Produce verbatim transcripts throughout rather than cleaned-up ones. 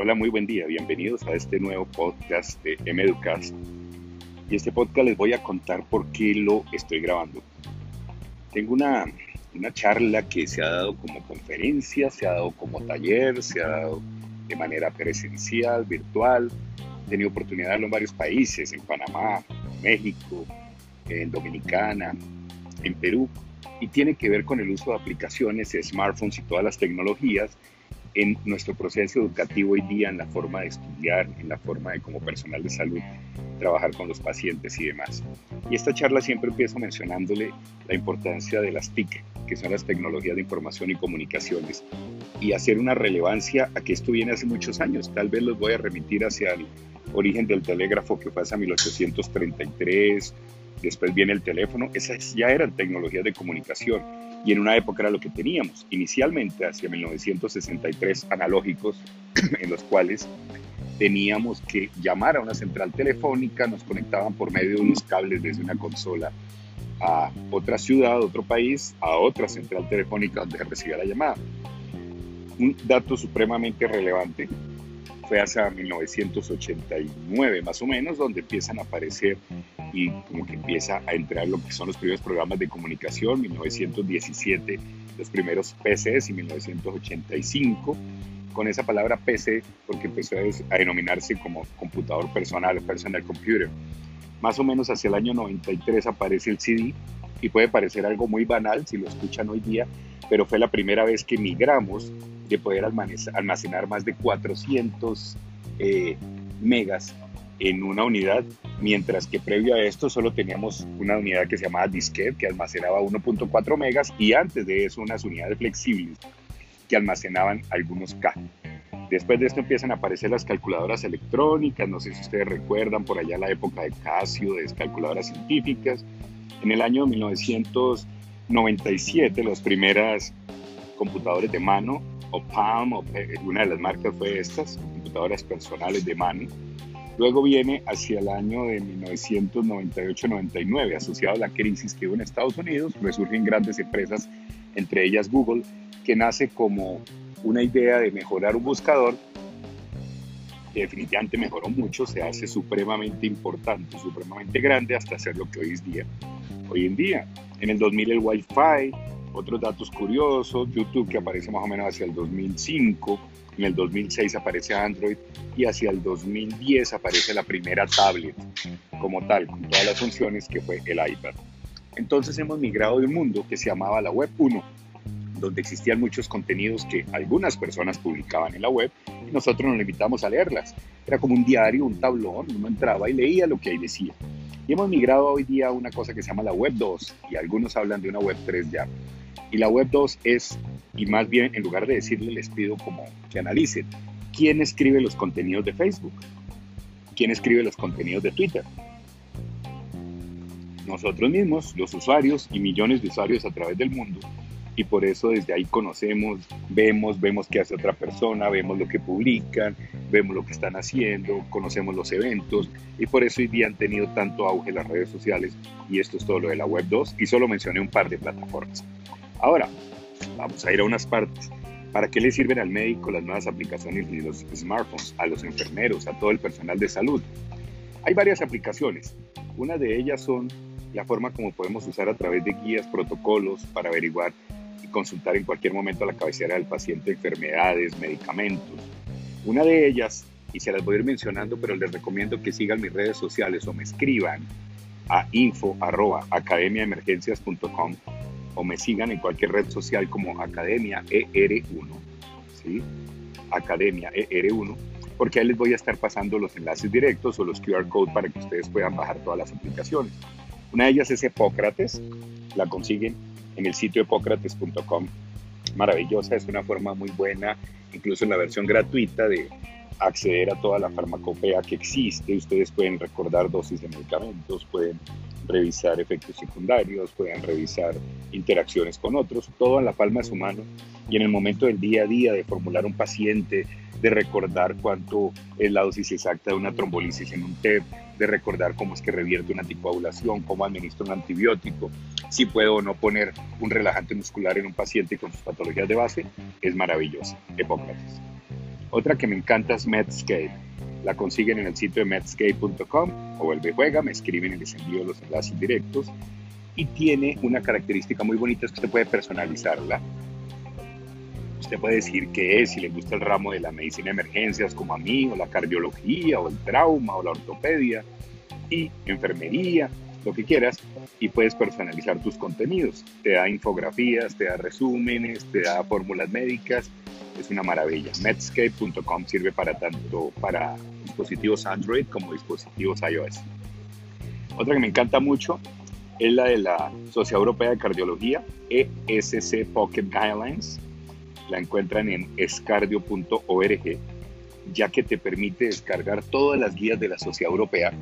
Hola, muy buen día. Bienvenidos a este nuevo podcast de Meducast. Y este podcast les voy a contar por qué lo estoy grabando. Tengo una, una charla que se ha dado como conferencia, se ha dado como taller, se ha dado de manera presencial, virtual. He tenido oportunidad de darlo en varios países, en Panamá, México, en Dominicana, en Perú. Y tiene que ver con el uso de aplicaciones, smartphones y todas las tecnologías en nuestro proceso educativo hoy día, en la forma de estudiar, en la forma de como personal de salud trabajar con los pacientes y demás. Y esta charla siempre empiezo mencionándole la importancia de las T I C, que son las tecnologías de información y comunicaciones, y hacer una relevancia a que esto viene hace muchos años. Tal vez los voy a remitir hacia el origen del telégrafo, que fue hacia mil ochocientos treinta y tres, después viene el teléfono. Esas ya eran tecnologías de comunicación y en una época era lo que teníamos. Inicialmente hacia mil novecientos sesenta y tres analógicos, en los cuales teníamos que llamar a una central telefónica, nos conectaban por medio de unos cables desde una consola a otra ciudad, otro país, a otra central telefónica donde se recibía la llamada. Un dato supremamente relevante fue hacia mil novecientos ochenta y nueve más o menos, donde empiezan a aparecer y como que empieza a entrar lo que son los primeros programas de comunicación. Mil novecientos diecisiete los primeros P Cs y mil novecientos ochenta y cinco con esa palabra P C, porque empezó a denominarse como computador personal o personal computer. Más o menos hacia el año noventa y tres aparece el C D, y puede parecer algo muy banal si lo escuchan hoy día, pero fue la primera vez que migramos de poder almacenar más de cuatrocientos eh, megas en una unidad, mientras que previo a esto solo teníamos una unidad que se llamaba disquete, que almacenaba uno punto cuatro megas, y antes de eso unas unidades flexibles que almacenaban algunos K. Después de esto empiezan a aparecer las calculadoras electrónicas. No sé si ustedes recuerdan por allá la época de Casio, de calculadoras científicas. En el año mil novecientos noventa y siete, los primeros computadores de mano, o Palm, o una de las marcas fue estas, computadoras personales de mano. Luego viene hacia el año de mil novecientos noventa y ocho noventa y nueve, asociado a la crisis que hubo en Estados Unidos, resurgen grandes empresas, entre ellas Google, que nace como una idea de mejorar un buscador, que definitivamente mejoró mucho, se hace supremamente importante, supremamente grande, hasta ser lo que hoy es día. Hoy en día, en el dos mil el Wi-Fi, otros datos curiosos, YouTube, que aparece más o menos hacia el dos mil cinco, en el dos mil seis aparece Android, y hacia el dos mil diez aparece la primera tablet como tal, con todas las funciones, que fue el iPad. Entonces hemos migrado de un mundo que se llamaba la Web uno, donde existían muchos contenidos que algunas personas publicaban en la web y nosotros nos limitamos a leerlas. Era como un diario, un tablón, uno entraba y leía lo que ahí decía. Y hemos migrado hoy día a una cosa que se llama la Web dos, y algunos hablan de una Web tres ya. Y la Web dos es, y más bien en lugar de decirle, les pido como que analicen, ¿quién escribe los contenidos de Facebook? ¿Quién escribe los contenidos de Twitter? Nosotros mismos, los usuarios y millones de usuarios a través del mundo. Y por eso desde ahí conocemos, vemos, vemos qué hace otra persona, vemos lo que publican, vemos lo que están haciendo, conocemos los eventos, y por eso hoy día han tenido tanto auge las redes sociales, y esto es todo lo de la Web dos, y solo mencioné un par de plataformas. Ahora, vamos a ir a unas partes. ¿Para qué le sirven al médico las nuevas aplicaciones y los smartphones, a los enfermeros, a todo el personal de salud? Hay varias aplicaciones. Una de ellas son la forma como podemos usar a través de guías, protocolos, para averiguar consultar en cualquier momento a la cabecera del paciente enfermedades, medicamentos. Una de ellas, y se las voy a ir mencionando, pero les recomiendo que sigan mis redes sociales o me escriban a info arroba academia emergencias punto com, o me sigan en cualquier red social como Academia E R uno, ¿sí? Academia E R uno, porque ahí les voy a estar pasando los enlaces directos o los Q R Code para que ustedes puedan bajar todas las aplicaciones. Una de ellas es Epócrates, la consiguen en el sitio epócrates punto com. Maravillosa, es una forma muy buena, incluso en la versión gratuita, de acceder a toda la farmacopea que existe. Ustedes pueden recordar dosis de medicamentos, pueden revisar efectos secundarios, pueden revisar interacciones con otros, todo en la palma de su mano, y en el momento del día a día de formular un paciente, de recordar cuánto es la dosis exacta de una trombolisis en un T E P, de recordar cómo es que revierte una anticoagulación, cómo administra un antibiótico, si puedo o no poner un relajante muscular en un paciente con sus patologías de base. Es maravillosa, Epócrates. Otra que me encanta es Medscape. La consiguen en el sitio de medscape punto com o vuelve juega, me escriben y les envío los enlaces directos. Y tiene una característica muy bonita, es que usted puede personalizarla. Usted puede decir qué es, si le gusta el ramo de la medicina de emergencias como a mí, o la cardiología, o el trauma, o la ortopedia, y enfermería, lo que quieras, y puedes personalizar tus contenidos. Te da infografías, te da resúmenes, te da fórmulas médicas. Es una maravilla. Medscape punto com sirve para tanto para dispositivos Android como dispositivos iOS. Otra que me encanta mucho es la de la Sociedad Europea de Cardiología, E S C Pocket Guidelines. La encuentran en escardio punto org, ya que te permite descargar todas las guías de la Sociedad Europea.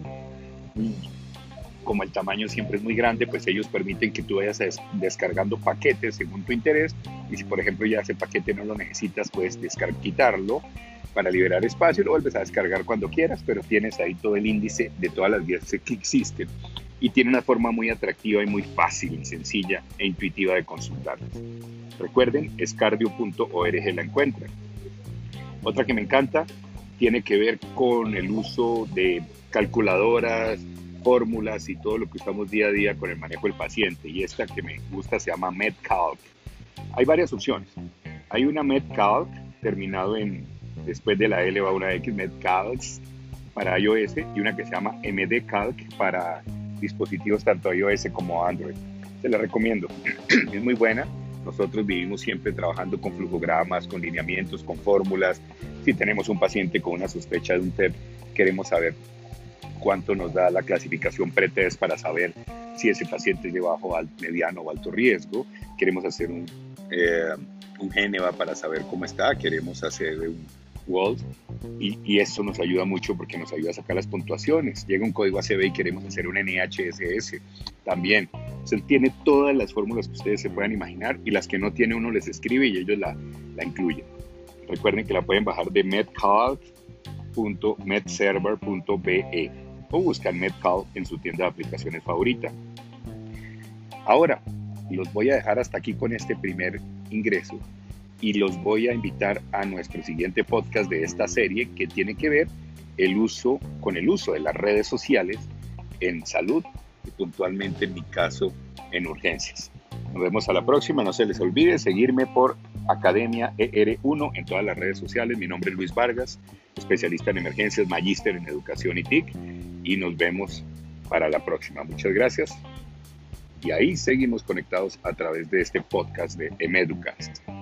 Como el tamaño siempre es muy grande, pues ellos permiten que tú vayas des- descargando paquetes según tu interés, y si por ejemplo ya ese paquete no lo necesitas, puedes descar- quitarlo para liberar espacio y lo vuelves a descargar cuando quieras, pero tienes ahí todo el índice de todas las guías que existen, y tiene una forma muy atractiva y muy fácil y sencilla e intuitiva de consultarlas. Recuerden, escardio punto org la encuentran. Otra que me encanta tiene que ver con el uso de calculadoras, fórmulas y todo lo que usamos día a día con el manejo del paciente. Y esta que me gusta se llama MedCalc. Hay varias opciones. Hay una MedCalc terminado en, después de la L va una X, MedCalcs para iOS, y una que se llama MDCalc para dispositivos tanto iOS como Android. Se la recomiendo. Es muy buena. Nosotros vivimos siempre trabajando con flujogramas, con lineamientos, con fórmulas. Si tenemos un paciente con una sospecha de un T E P, queremos saber cuánto nos da la clasificación pretest para saber si ese paciente es de bajo, mediano o alto riesgo. Queremos hacer un, eh, un Geneva para saber cómo está. Queremos hacer un Wald, y, y eso nos ayuda mucho porque nos ayuda a sacar las puntuaciones. Llega un código A C V y queremos hacer un N H S S también. Entonces, él tiene todas las fórmulas que ustedes se puedan imaginar, y las que no tiene uno les escribe y ellos la, la incluyen. Recuerden que la pueden bajar de medcalc punto medserver punto be o buscar MedCalc en su tienda de aplicaciones favorita. Ahora, los voy a dejar hasta aquí con este primer ingreso y los voy a invitar a nuestro siguiente podcast de esta serie, que tiene que ver el uso, con el uso de las redes sociales en salud y puntualmente en mi caso en urgencias. Nos vemos a la próxima. No se les olvide seguirme por Academia E R uno en todas las redes sociales. Mi nombre es Luis Vargas, especialista en emergencias, magíster en educación y T I C, y nos vemos para la próxima. Muchas gracias. Y ahí seguimos conectados a través de este podcast de Emeducast.